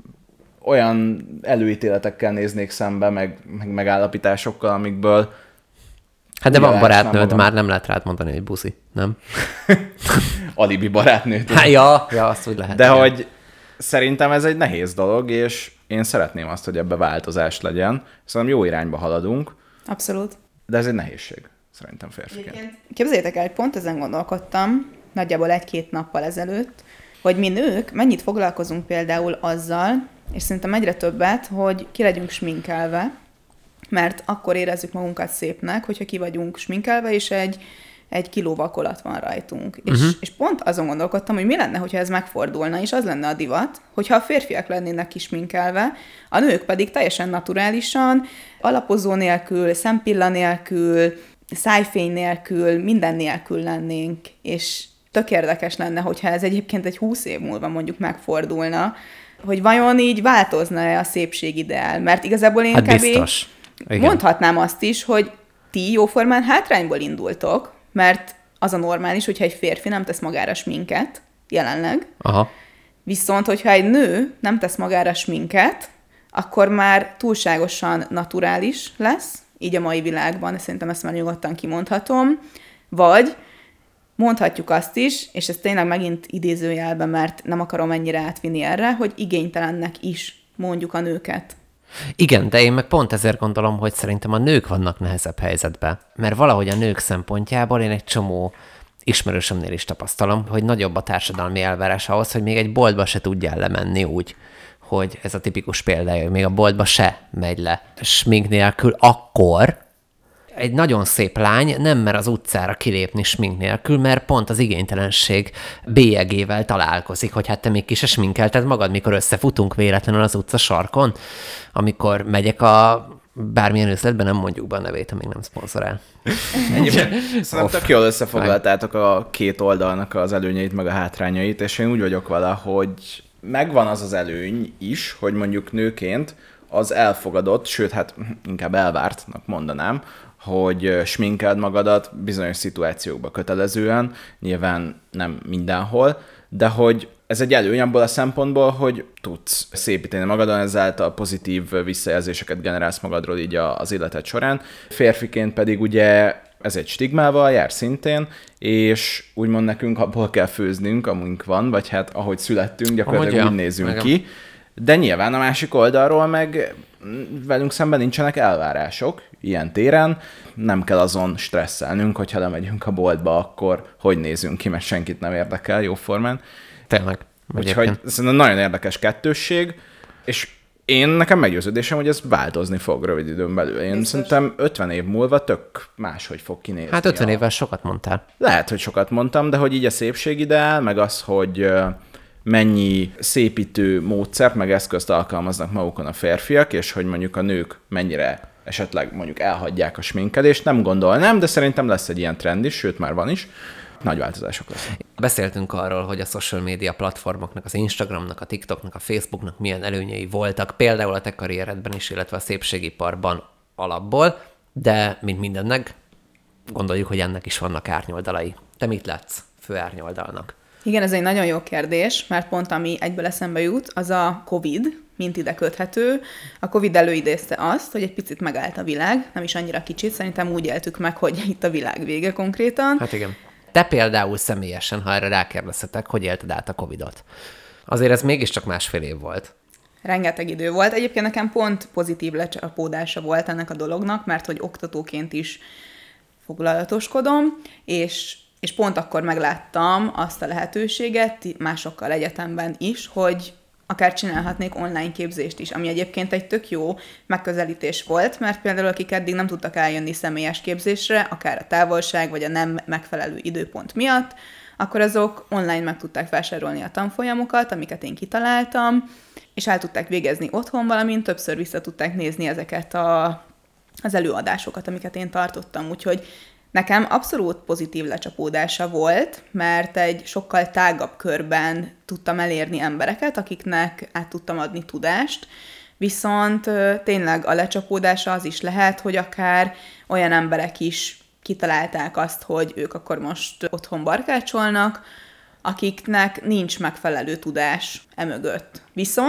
olyan előítéletekkel néznék szembe, meg, meg megállapításokkal, amikből... Hát de van barátnőd, már nem lehet rád mondani, hogy buzi, nem? alibi barátnőt. Há, ja, ja, azt úgy lehet. De igen. hogy szerintem ez egy nehéz dolog, és én szeretném azt, hogy ebbe változás legyen. Szerintem jó irányba haladunk, Abszolút. de ez egy nehézség, szerintem férfiként. Képzeljétek el, hogy pont ezen gondolkodtam, nagyjából egy-két nappal ezelőtt, hogy mi nők mennyit foglalkozunk például azzal, és szerintem egyre többet, hogy ki legyünk sminkelve, mert akkor érezzük magunkat szépnek, hogyha ki vagyunk sminkelve, és egy, egy kiló vakolat van rajtunk. Uh-huh. És, és pont azon gondolkodtam, hogy mi lenne, hogyha ez megfordulna, és az lenne a divat, hogyha a férfiak lennének kisminkelve, a nők pedig teljesen naturálisan, alapozó nélkül, szempilla nélkül, szájfény nélkül, minden nélkül lennénk, és tök érdekes lenne, hogyha ez egyébként egy húsz év múlva mondjuk megfordulna, hogy vajon így változna-e a szépségideál, mert igazából én hát kb. Biztos. Igen. Mondhatnám azt is, hogy ti jóformán hátrányból indultok, mert az a normális, hogyha egy férfi nem tesz magára sminket, jelenleg, Aha. viszont hogyha egy nő nem tesz magára sminket, akkor már túlságosan naturális lesz, így a mai világban, szerintem ezt már nyugodtan kimondhatom, vagy mondhatjuk azt is, és ez tényleg megint idézőjelben, mert nem akarom ennyire átvinni erre, hogy igénytelennek is mondjuk a nőket. Igen, de én meg pont ezért gondolom, hogy szerintem a nők vannak nehezebb helyzetben. Mert valahogy a nők szempontjából én egy csomó ismerősömnél is tapasztalom, hogy nagyobb a társadalmi elvárás ahhoz, hogy még egy boltba se tudjál lemenni úgy, hogy ez a tipikus példája, hogy még a boltba se megy le smink nélkül, akkor egy nagyon szép lány nem mer az utcára kilépni smink nélkül, mert pont az igénytelenség bélyegével találkozik, hogy hát te még ki se sminkelted magad, mikor összefutunk véletlenül az utca sarkon, amikor megyek a bármilyen üzletben, nem mondjuk be a nevét, amíg nem szponzorál. Szerintem tök jól összefoglaltátok a két oldalnak az előnyeit, meg a hátrányait, és én úgy vagyok vele, hogy megvan az az előny is, hogy mondjuk nőként az elfogadott, sőt, hát inkább elvártnak mondanám, hogy sminkeld magadat bizonyos szituációkban kötelezően, nyilván nem mindenhol, de hogy ez egy előny abból a szempontból, hogy tudsz szépíteni magadon, ezáltal pozitív visszajelzéseket generálsz magadról így az életed során. Férfiként pedig ugye ez egy stigmával jár szintén, és úgymond nekünk abból kell főznünk, amunk van, vagy hát ahogy születtünk, gyakorlatilag úgy nézünk ki. De nyilván a másik oldalról meg velünk szemben nincsenek elvárások ilyen téren, nem kell azon stresszelnünk, hogyha lemegyünk a boltba, akkor hogy nézünk ki, mert senkit nem érdekel jóformán. Tényleg. Úgyhogy szerintem nagyon érdekes kettősség, és én nekem meggyőződésem, hogy ez változni fog rövid időn belül. Én Biztos. Szerintem ötven év múlva tök máshogy fog kinézni. Hát ötven a... évvel sokat mondtál. Lehet, hogy sokat mondtam, de hogy így a szépségideál, meg az, hogy mennyi szépítő módszert, meg eszközt alkalmaznak magukon a férfiak, és hogy mondjuk a nők mennyire esetleg mondjuk elhagyják a sminkelést, nem gondolnám, de szerintem lesz egy ilyen trend is, sőt már van is. Nagy változások lesz. Beszéltünk arról, hogy a social media platformoknak, az Instagramnak, a TikToknak, a Facebooknak milyen előnyei voltak, például a te karrieredben is, illetve a szépségiparban alapból, de mint mindennek, gondoljuk, hogy ennek is vannak árnyoldalai. Te mit látsz fő árnyoldalnak? Igen, ez egy nagyon jó kérdés, mert pont ami egyből eszembe jut, az a Covid, mint ide köthető. A Covid előidézte azt, hogy egy picit megállt a világ, nem is annyira kicsit, szerintem úgy éltük meg, hogy itt a világ vége konkrétan. Hát igen. Te például személyesen, ha erre rákérdeztetek, hogy élted át a Covidot? Azért ez mégiscsak másfél év volt. Rengeteg idő volt. Egyébként nekem pont pozitív lecsapódása volt ennek a dolognak, mert hogy oktatóként is foglalatoskodom, és, és pont akkor megláttam azt a lehetőséget másokkal egyetemben is, hogy akár csinálhatnék online képzést is, ami egyébként egy tök jó megközelítés volt, mert például akik eddig nem tudtak eljönni személyes képzésre, akár a távolság vagy a nem megfelelő időpont miatt, akkor azok online meg tudták vásárolni a tanfolyamokat, amiket én kitaláltam, és el tudták végezni otthon, valamint többször vissza tudták nézni ezeket a, az előadásokat, amiket én tartottam. Úgyhogy nekem abszolút pozitív lecsapódása volt, mert egy sokkal tágabb körben tudtam elérni embereket, akiknek át tudtam adni tudást, viszont tényleg a lecsapódása az is lehet, hogy akár olyan emberek is kitalálták azt, hogy ők akkor most otthon barkácsolnak, akiknek nincs megfelelő tudás emögött. Viszont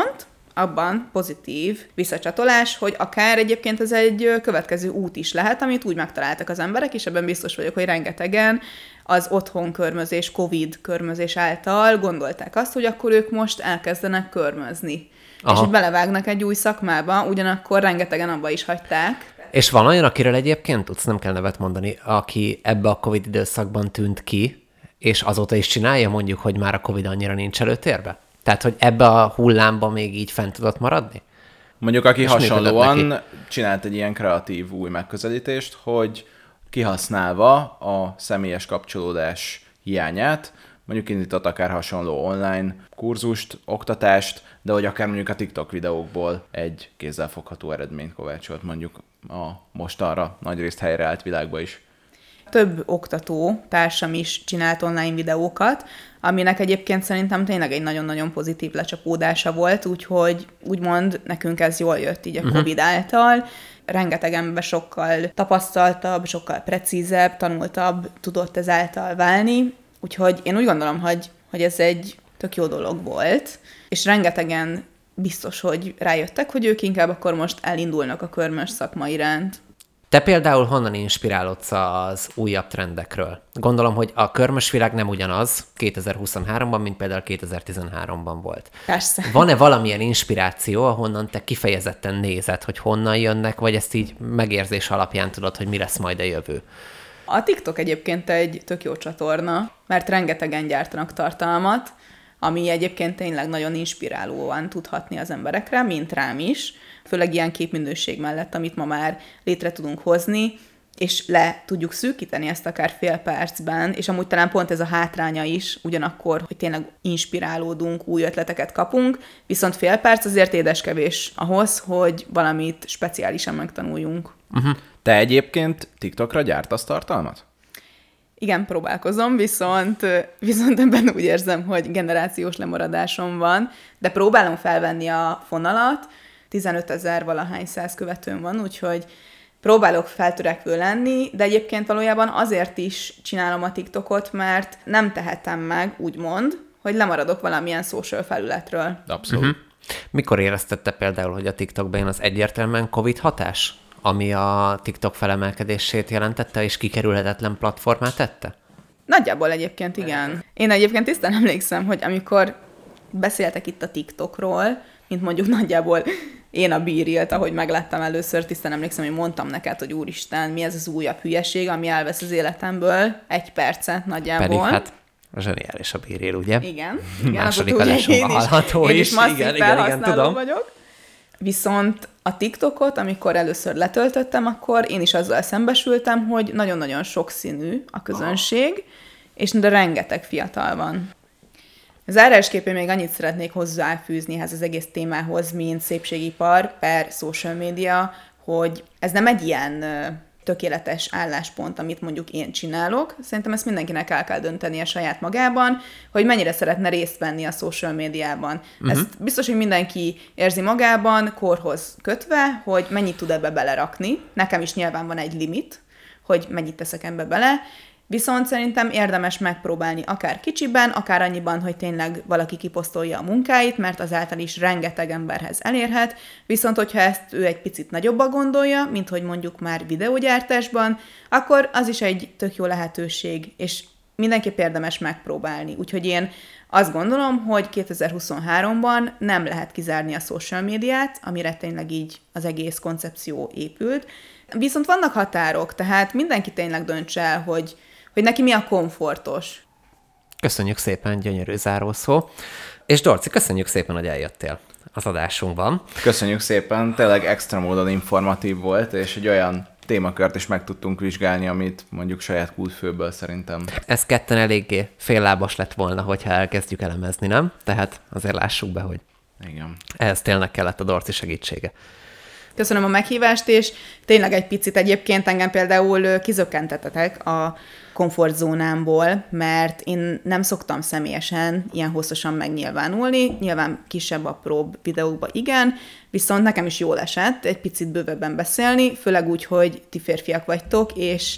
abban pozitív visszacsatolás, hogy akár egyébként ez egy következő út is lehet, amit úgy megtaláltak az emberek, és ebben biztos vagyok, hogy rengetegen az otthon körmözés, Covid körmözés által gondolták azt, hogy akkor ők most elkezdenek körmözni. Aha. És hogy belevágnak egy új szakmába, ugyanakkor rengetegen abba is hagyták. És van olyan, akiről egyébként tudsz, nem kell nevet mondani, aki ebbe a Covid időszakban tűnt ki, és azóta is csinálja, mondjuk, hogy már a Covid annyira nincs előtérbe? Tehát, hogy ebbe a hullámba még így fent tudott maradni? Mondjuk, aki és hasonlóan csinált egy ilyen kreatív új megközelítést, hogy kihasználva a személyes kapcsolódás hiányát, mondjuk indított akár hasonló online kurzust, oktatást, de hogy akár mondjuk a TikTok videókból egy kézzelfogható eredményt kovácsolt mondjuk a mostanra nagyrészt helyreállt világba is. Több oktató társam is csinált online videókat, aminek egyébként szerintem tényleg egy nagyon-nagyon pozitív lecsapódása volt, úgyhogy úgymond nekünk ez jól jött így a uh-huh. Covid által. Rengeteg ember sokkal tapasztaltabb, sokkal precízebb, tanultabb tudott ezáltal válni, úgyhogy én úgy gondolom, hogy, hogy ez egy tök jó dolog volt, és rengetegen biztos, hogy rájöttek, hogy ők inkább akkor most elindulnak a körmös szakma iránt. Te például honnan inspirálódsz az újabb trendekről? Gondolom, hogy a körmös világ nem ugyanaz kétezer-huszonháromban, mint például kétezer-tizenháromban volt. Persze. Van-e valamilyen inspiráció, ahonnan te kifejezetten nézed, hogy honnan jönnek, vagy ezt így megérzés alapján tudod, hogy mi lesz majd a jövő? A TikTok egyébként egy tök jó csatorna, mert rengetegen gyártanak tartalmat, ami egyébként tényleg nagyon inspirálóan tud hatni az emberekre, mint rám is, főleg ilyen képminőség mellett, amit ma már létre tudunk hozni, és le tudjuk szűkíteni ezt akár fél percben, és amúgy talán pont ez a hátránya is, ugyanakkor, hogy tényleg inspirálódunk, új ötleteket kapunk, viszont fél perc azért édeskevés ahhoz, hogy valamit speciálisan megtanuljunk. Uh-huh. Te egyébként TikTokra gyártasz tartalmat? Igen, próbálkozom, viszont, viszont ebben úgy érzem, hogy generációs lemaradásom van, de próbálom felvenni a fonalat, tizenötezer valahány száz követőm van, úgyhogy próbálok feltörekvő lenni, de egyébként valójában azért is csinálom a TikTokot, mert nem tehetem meg, úgymond, hogy lemaradok valamilyen social felületről. Abszolút. Uh-huh. Mikor éreztette például, hogy a TikTokban jön az egyértelműen Covid hatás, ami a TikTok felemelkedését jelentette, és kikerülhetetlen platformát tette? Nagyjából egyébként igen. Én egyébként tisztán emlékszem, hogy amikor beszéltek itt a TikTokról, mint mondjuk nagyjából én a Bírilt, ahogy megláttam először, tisztán emlékszem, hogy mondtam neked, hogy úristen, mi ez az újabb hülyeség, ami elvesz az életemből egy percet nagyjából. Pedig hát zseniális a Bíril, ugye? Igen. igen Második adásomban hallható én is. is masszív igen, igen, igen, tudom. vagyok. Viszont a TikTokot, amikor először letöltöttem, akkor én is azzal szembesültem, hogy nagyon-nagyon sokszínű a közönség, oh. és de rengeteg fiatal van. Zárásképpen még annyit szeretnék hozzáfűzni ehhez az egész témához, mint szépségipar per social media, hogy ez nem egy ilyen tökéletes álláspont, amit mondjuk én csinálok. Szerintem ezt mindenkinek el kell döntenie saját magában, hogy mennyire szeretne részt venni a social médiában. Uh-huh. Ezt biztos, hogy mindenki érzi magában, korhoz kötve, hogy mennyit tud ebbe belerakni. Nekem is nyilván van egy limit, hogy mennyit teszek ebbe bele, viszont szerintem érdemes megpróbálni akár kicsiben, akár annyiban, hogy tényleg valaki kiposztolja a munkáit, mert azáltal is rengeteg emberhez elérhet, viszont hogyha ezt ő egy picit nagyobba gondolja, mint hogy mondjuk már videógyártásban, akkor az is egy tök jó lehetőség, és mindenképp érdemes megpróbálni. Úgyhogy én azt gondolom, hogy kétezer-huszonháromban nem lehet kizárni a social médiát, amire tényleg így az egész koncepció épült. Viszont vannak határok, tehát mindenki tényleg döntse el, hogy hogy neki mi a komfortos. Köszönjük szépen, gyönyörű zárószó. És Dorci, köszönjük szépen, hogy eljöttél az adásunkban. Köszönjük szépen, tényleg extra módon informatív volt, és egy olyan témakört is meg tudtunk vizsgálni, amit mondjuk saját kultfőből szerintem. Ez ketten eléggé féllábas lett volna, hogyha elkezdjük elemezni, nem? Tehát azért lássuk be, hogy igen. Ehhez tényleg kellett a Dorci segítsége. Köszönöm a meghívást, és tényleg egy picit egyébként engem például kizökkentettetek a komfortzónámból, mert én nem szoktam személyesen ilyen hosszasan megnyilvánulni, nyilván kisebb, apróbb videókba igen, viszont nekem is jól esett egy picit bővebben beszélni, főleg úgy, hogy ti férfiak vagytok, és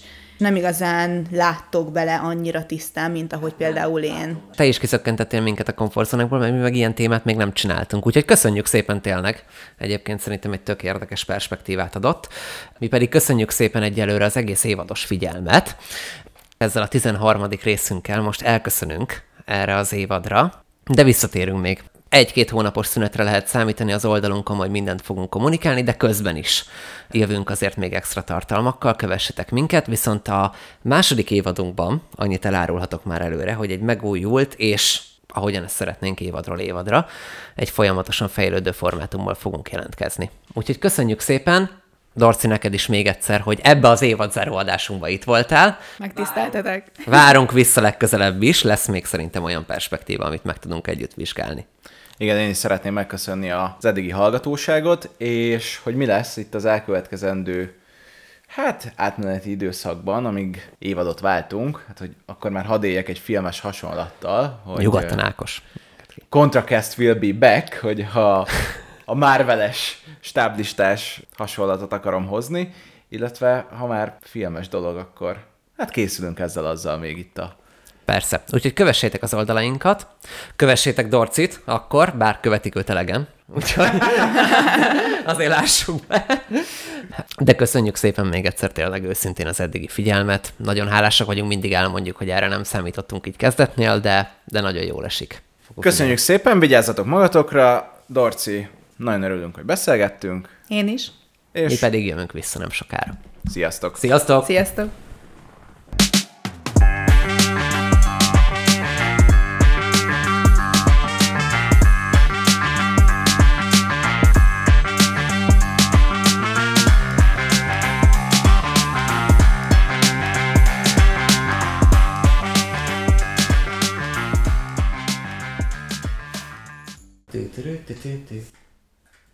nem igazán láttok bele annyira tisztán, mint ahogy például én. Te is kiszökkentettél minket a komfortzónákból, mert mi meg ilyen témát még nem csináltunk. Úgyhogy köszönjük szépen tényleg. Egyébként szerintem egy tök érdekes perspektívát adott. Mi pedig köszönjük szépen egyelőre az egész évados figyelmet. Ezzel a tizenharmadik részünkkel most elköszönünk erre az évadra, de visszatérünk még. Egy-két hónapos szünetre lehet számítani az oldalunkon, hogy mindent fogunk kommunikálni, de közben is jövünk azért még extra tartalmakkal, kövessetek minket, viszont a második évadunkban annyit elárulhatok már előre, hogy egy megújult és ahogyan ezt szeretnénk évadról évadra, egy folyamatosan fejlődő formátummal fogunk jelentkezni. Úgyhogy köszönjük szépen, Dorci, neked is még egyszer, hogy ebbe az évadzáró adásunkba itt voltál. Megtiszteltetek. Várunk vissza legközelebb is, lesz még szerintem olyan perspektíva, amit meg tudunk együtt vizsgálni. Igen, én is szeretném megköszönni az eddigi hallgatóságot, és hogy mi lesz itt az elkövetkezendő, hát átmeneti időszakban, amíg évadot váltunk, hát hogy akkor már hadd éljek egy filmes hasonlattal, hogy Nyugodtan, Ákos. Contracast will be back, hogy ha a Marvel-es stáblistás hasonlatot akarom hozni, illetve ha már filmes dolog, akkor hát készülünk ezzel azzal még itt a... Persze. Úgyhogy kövessétek az oldalainkat, kövessétek Dorcit, akkor, bár követik őt elegen. Úgyhogy azért lássuk be. De köszönjük szépen még egyszer tényleg őszintén az eddigi figyelmet. Nagyon hálásak vagyunk, mindig elmondjuk, hogy erre nem számítottunk így kezdetnél, de, de nagyon jól esik. Fogok Köszönjük figyelni. Szépen, vigyázzatok magatokra. Dorci, nagyon örülünk, hogy beszélgettünk. Én is. És mi pedig jövünk vissza nem sokára. Sziasztok! Sziasztok! Sziasztok! Do, do, do, do, do.